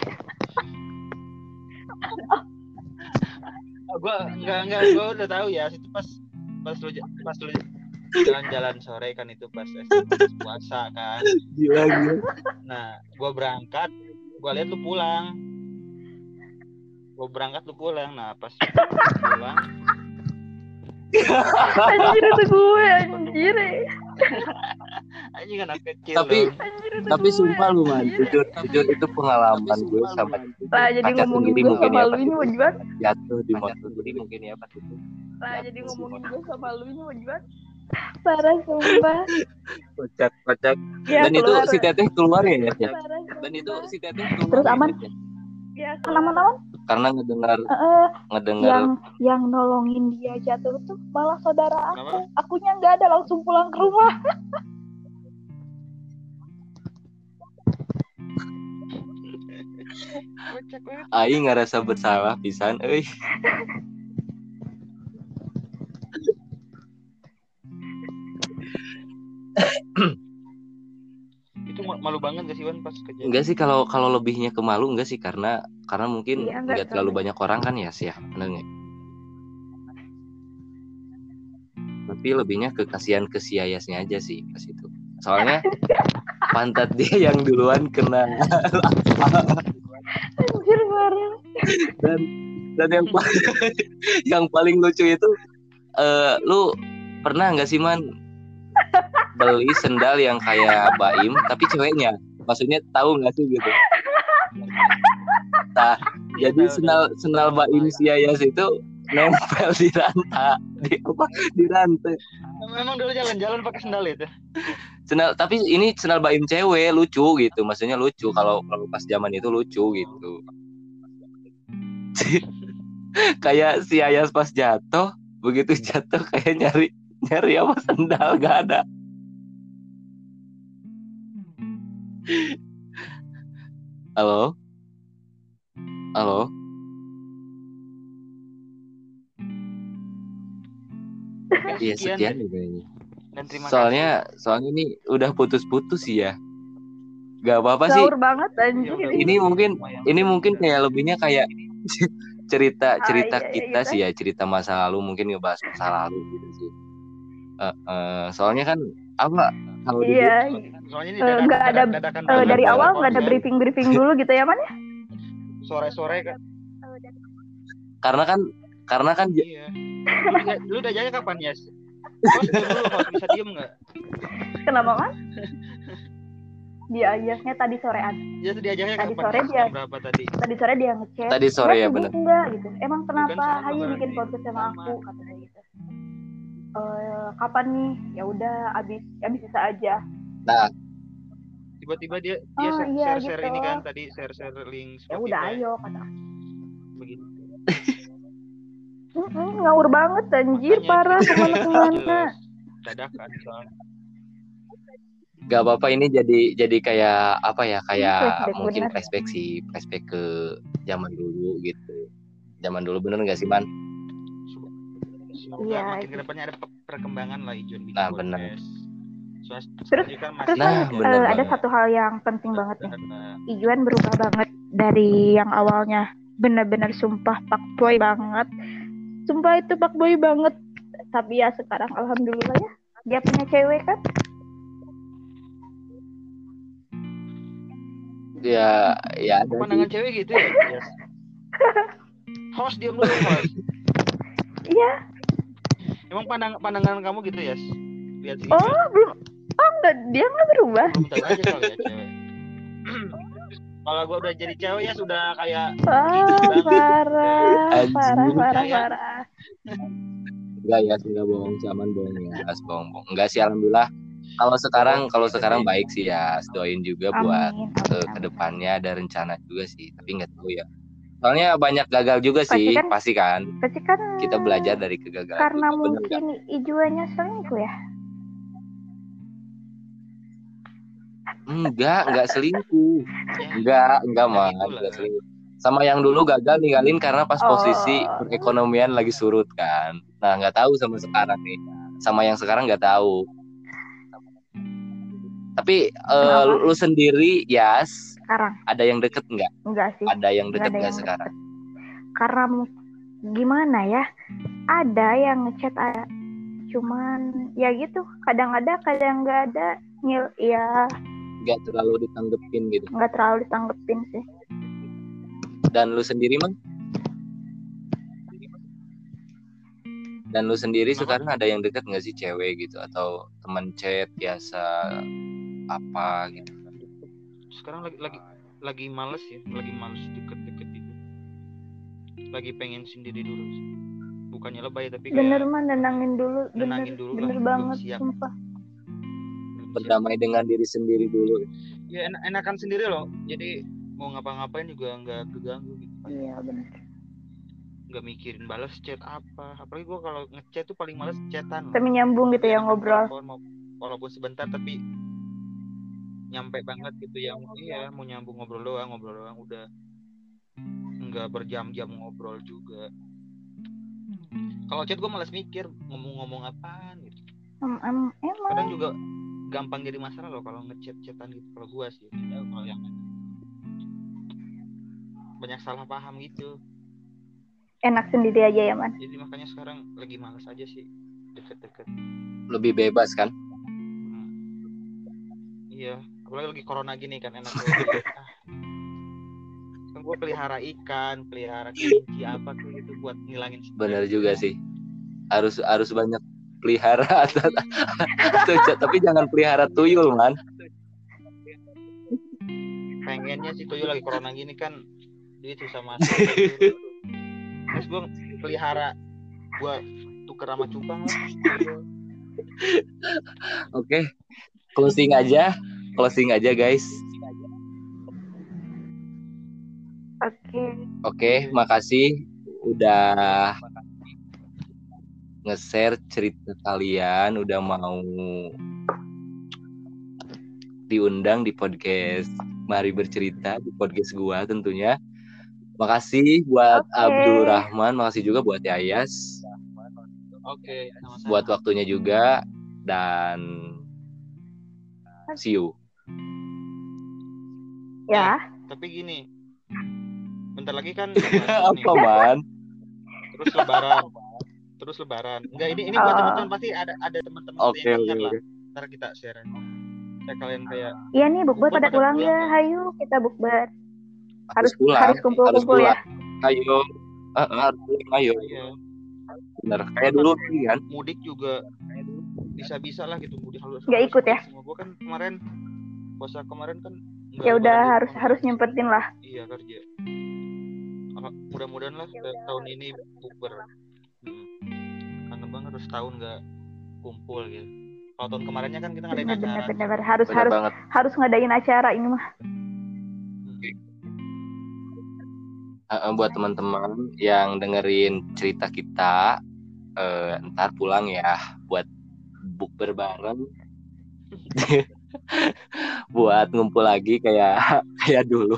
Speaker 2: Gue enggak, gue udah tahu ya. Itu pas lu jalan-jalan sore kan, itu pas puasa kan.
Speaker 1: Gila.
Speaker 2: Nah, gue berangkat, gue lihat lu pulang. Nah pas pulang,
Speaker 3: Anjir itu gue, anjir.
Speaker 2: anjing anak kecil.
Speaker 1: Tapi sumpah lu man, jujur itu pengalaman gue sama
Speaker 3: lah jadi
Speaker 1: pacar
Speaker 3: ngomongin
Speaker 1: sendiri
Speaker 3: gue
Speaker 1: mungkin
Speaker 3: sama
Speaker 1: ya
Speaker 3: lu
Speaker 1: pas
Speaker 3: ini
Speaker 1: itu
Speaker 3: mau jual.
Speaker 1: jatuh di motor sendiri mungkin ya pas itu.
Speaker 3: Lah jadi ngomongin gue sama lu ini mau jual. Parah sumpah.
Speaker 1: Kocak.
Speaker 3: Ya,
Speaker 1: Dan itu si Teteh keluar ya.
Speaker 3: Parah,
Speaker 1: Dan itu si Teteh keluar.
Speaker 3: terus aman? Ya, aman.
Speaker 1: Karena ngedengar
Speaker 3: yang nolongin dia jatuh tuh malah saudara aku.
Speaker 2: Kenapa?
Speaker 3: Akunya nggak ada, langsung pulang ke rumah.
Speaker 2: Kocak banget.
Speaker 1: Aing ngerasa bersalah pisan euy.
Speaker 2: Itu malu banget gak sih Wan pas kejadian?
Speaker 1: Enggak sih, kalau lebihnya ke malu enggak sih, karena mungkin
Speaker 3: Iya,
Speaker 1: enggak terlalu banyak orang kan ya sih ya, benar enggak? Tapi lebihnya ke kasihan ke si Ayasnya aja sih pas itu. Soalnya pantat dia yang duluan kena.
Speaker 3: Anjir parah.
Speaker 1: Dan yang paling lucu itu lu pernah enggak sih man beli sendal yang kayak Baim tapi ceweknya? Maksudnya tahu enggak sih gitu? Nah, jadi sendal Baim si Ayas itu nempel di rantai.
Speaker 2: Memang dulu jalan-jalan pakai sendal itu.
Speaker 1: Sendal, tapi ini sendal Baim cewek, lucu gitu. Maksudnya lucu kalau pas zaman itu lucu gitu. Kayak si Ayas pas jatuh, begitu jatuh kayak nyari apa sendal gak ada. Halo? Iya sekian nih kayaknya. Soalnya ini udah putus-putus sih ya. Gak apa-apa sih.
Speaker 3: Gaur banget anjir.
Speaker 1: Ini mungkin kayak lebihnya kayak cerita kita
Speaker 3: gitu.
Speaker 1: sih ya, cerita masa lalu, mungkin ngebahas masa lalu gitu sih. Soalnya kan apa kalau
Speaker 3: nggak ada dari awal nggak ada briefing dulu gitu ya man ya?
Speaker 2: Sore kan.
Speaker 1: Karena kan
Speaker 2: iya. Lu udah jaga kapan ya? Bos dulu kalau bisa diem nggak?
Speaker 3: Kenapa kan? Dia Ayasnya tadi sorean.
Speaker 2: Ya tadi ajaknya kapan?
Speaker 3: Tadi sore dia
Speaker 2: berapa tadi?
Speaker 3: Tadi sore dia ngechat.
Speaker 1: Tadi sore ya benar.
Speaker 3: Enggak gitu. Emang kenapa
Speaker 2: Bukan
Speaker 3: Hayu bikin podcast sama aku katanya gitu. Kapan nih? Ya udah abis bisa aja.
Speaker 1: Nah,
Speaker 2: tiba-tiba dia share
Speaker 3: gitu.
Speaker 2: ini kan tadi share link Spotify.
Speaker 3: Ya udah ayo kata.
Speaker 2: Begitu.
Speaker 3: Ngawur banget anjir. Makanya, parah kemana-mana.
Speaker 2: Dadakan soalnya.
Speaker 1: Gak apa-apa, ini jadi kayak apa ya, kayak mungkin
Speaker 3: bener.
Speaker 1: flashback ke zaman dulu gitu. Zaman dulu bener nggak sih man?
Speaker 2: Semoga makin kedepannya ada perkembangan lah Ijon.
Speaker 1: Nah benar.
Speaker 3: Terus ada satu hal yang penting banget nih. Ijuan berubah banget dari yang awalnya benar-benar sumpah fuckboy banget. Sumpah itu fuckboy banget. Tapi ya sekarang alhamdulillah ya dia punya cewek kan.
Speaker 1: Ya ada
Speaker 2: pandangan cewek gitu ya. Yes. Host diam dulu host.
Speaker 3: Iya.
Speaker 2: Emang pandangan kamu gitu ya? Lihat sini.
Speaker 3: Belum. Enggak, dia nggak berubah.
Speaker 2: Belum tahu aja kali ya cewek. Kalau gue udah jadi cewek ya sudah kayak
Speaker 3: parah.
Speaker 1: Enggak ya, enggak bohong, zaman bohong ya, bohong. Enggak sih, alhamdulillah. Kalau sekarang baik sih ya, doain juga buat kedepannya, ada rencana juga sih, tapi nggak tahu ya. Soalnya banyak gagal juga sih, pasti kan. Kita belajar dari kegagalan.
Speaker 3: Karena mungkin Ijuannya selingkuh ya.
Speaker 1: Enggak selingkuh. Enggak mah, enggak selingkuh. Sama yang dulu gagal ninggalin karena pas posisi
Speaker 3: Oh,
Speaker 1: perekonomian lagi surut kan. Nah, nggak tahu sama sekarang nih. Sama yang sekarang nggak tahu. Tapi
Speaker 3: kenapa
Speaker 1: lu sendiri, Yas,
Speaker 3: sekarang?
Speaker 1: ada yang deket nggak?
Speaker 3: Enggak sih,
Speaker 1: Ada yang
Speaker 3: nggak
Speaker 1: deket
Speaker 3: ada
Speaker 1: nggak
Speaker 3: yang
Speaker 1: sekarang?
Speaker 3: deket. Karena gimana ya? Ada yang ngechat ada, cuman ya gitu. Kadang ada, kadang nggak ada. Ya
Speaker 1: Nggak terlalu ditanggepin gitu.
Speaker 3: nggak terlalu ditanggepin sih.
Speaker 1: Dan lu sendiri, Mang? Dan lu sendiri
Speaker 2: Kenapa?
Speaker 1: sekarang ada yang deket nggak sih, cewek gitu atau teman chat biasa apa gitu?
Speaker 2: Sekarang lagi males ya, lagi males deket-deket itu. Lagi pengen sendiri dulu sih. Bukannya lebay tapi
Speaker 3: Bener
Speaker 2: kayak
Speaker 3: mah nenangin dulu,
Speaker 2: nenangin dulu lah.
Speaker 3: bener
Speaker 2: Belum
Speaker 3: banget,
Speaker 2: siap.
Speaker 3: sumpah.
Speaker 2: Belum siap.
Speaker 1: Berdamai dengan diri sendiri dulu.
Speaker 2: Ya enakan sendiri loh. Jadi mau ngapa-ngapain juga nggak keganggu gitu.
Speaker 3: Iya bener.
Speaker 2: Nggak mikirin balas chat apa. Apalagi gue kalau ngechat tuh paling males chatan.
Speaker 3: Tapi nyambung gitu ya
Speaker 2: Enakan
Speaker 3: ngobrol.
Speaker 2: telepon, walaupun sebentar tapi nyampe banget gitu yang iya mau nyambung ngobrol doang udah nggak berjam-jam ngobrol juga. Kalau chat gue malas mikir ngomong apaan gitu.
Speaker 3: Emang
Speaker 2: Kadang juga gampang jadi masalah loh kalau ngechat-chatan gitu. Kalau gue sih kalau yang banyak salah paham gitu.
Speaker 3: enak sendiri aja ya man.
Speaker 2: Jadi makanya sekarang lagi malas aja sih deket-deket.
Speaker 1: Lebih bebas kan?
Speaker 2: Iya, apalagi lagi corona gini kan enak banget. Kan gue pelihara ikan, pelihara kelinci apa gitu buat ngilangin stres.
Speaker 1: Bener juga sih. Harus banyak pelihara tapi jangan pelihara tuyul, man.
Speaker 2: Pengennya sih tuyul lagi corona gini kan duit susah masuk. Terus gue pelihara, gue tuker sama cupang lah.
Speaker 1: Oke. Closing aja guys. Oke, makasih udah nge-share cerita kalian, udah mau diundang di podcast Mari Bercerita, di podcast gua tentunya. Makasih buat Abdul Rahman, makasih juga buat Yayas.
Speaker 2: Oke, sama-sama.
Speaker 1: Buat waktunya juga, dan see you.
Speaker 3: Ya.
Speaker 2: Tapi gini, bentar lagi kan
Speaker 1: apa man?
Speaker 2: Terus lebaran. Enggak, ini buat teman-teman pasti ada teman-teman yang dengar lah. Ntar kita share. Kayak kalian kayak
Speaker 3: iya nih bukber pada pulang ya, hayu kita bukber. Harus kumpul-kumpul ya.
Speaker 1: Ayo, harus pulang, ayo.
Speaker 2: Iya.
Speaker 1: Bener, kayak dulu kan.
Speaker 2: Mudik juga bisa lah gitu, mudik halus.
Speaker 3: Nggak ikut ya?
Speaker 2: Gue kan kemarin puasa kemarin kan.
Speaker 3: Ya udah harus nyempetin lah.
Speaker 2: Iya kerja. Mudah-mudahan lah tahun ini bukber. Kangen banget terus tahun nggak kumpul gitu. Kalau tahun kemarinnya kan kita ngadain acara.
Speaker 3: Bener. Harus ngadain acara ini mah.
Speaker 1: Buat teman-teman yang dengerin cerita kita, ntar pulang ya buat bukber bareng. Buat ngumpul lagi kayak dulu.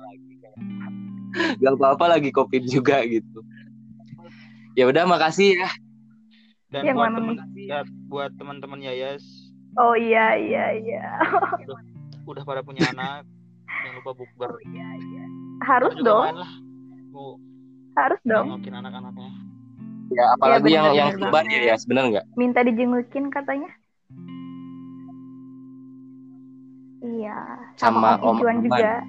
Speaker 1: Gak apa-apa, lagi COVID juga gitu. Ya udah, makasih ya.
Speaker 2: Dan buat teman-teman Yayas.
Speaker 3: Oh iya.
Speaker 2: Udah pada punya anak, jangan lupa bukber.
Speaker 3: Harus dong. Harus dong.
Speaker 2: Nengokin anak-anaknya.
Speaker 1: Ya apalagi yang kembar ya, benar nggak?
Speaker 3: Minta dijengukin katanya. Iya. Sama Om Ijuan juga.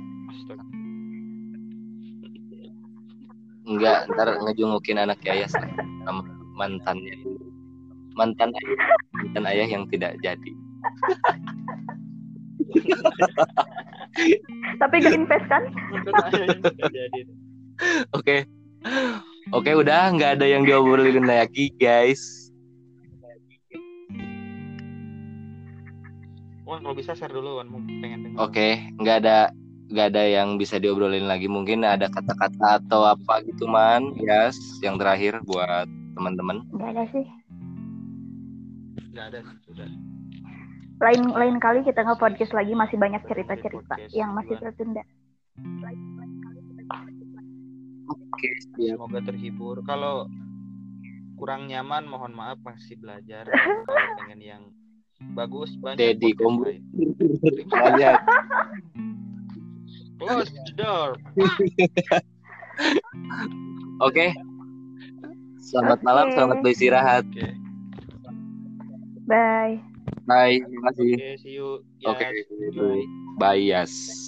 Speaker 1: Enggak, ntar ngejungukin anak Yayas sama mantannya dulu. Mantan ayah yang tidak jadi.
Speaker 3: Tapi gak invest kan?
Speaker 1: Oke, udah nggak ada yang diobrolin lagi guys.
Speaker 2: Wan, kalau bisa share dulu Wan, pengen dengar.
Speaker 1: Oke, nggak ada yang bisa diobrolin lagi. Mungkin ada kata-kata atau apa gitu man, Yas, yang terakhir buat teman-teman.
Speaker 3: Nggak ada sih.
Speaker 2: Nggak ada sih, sudah.
Speaker 3: Lain kali kita nge-podcast lagi, masih banyak cerita-cerita yang masih tertunda.
Speaker 1: Oke, siap.
Speaker 2: Semoga terhibur. Kalau kurang nyaman mohon maaf, masih belajar. Kalau pengen yang bagus banyak
Speaker 1: Deddy
Speaker 2: podcast
Speaker 1: Kombu.
Speaker 2: lain.
Speaker 1: Banyak.
Speaker 2: Close the door.
Speaker 1: Oke. Selamat malam, selamat beristirahat.
Speaker 2: Oke.
Speaker 3: Bye.
Speaker 1: Bye, terima kasih.
Speaker 2: Oke, see you.
Speaker 1: Oke,
Speaker 2: Yes.
Speaker 1: bye. Bye, Yas.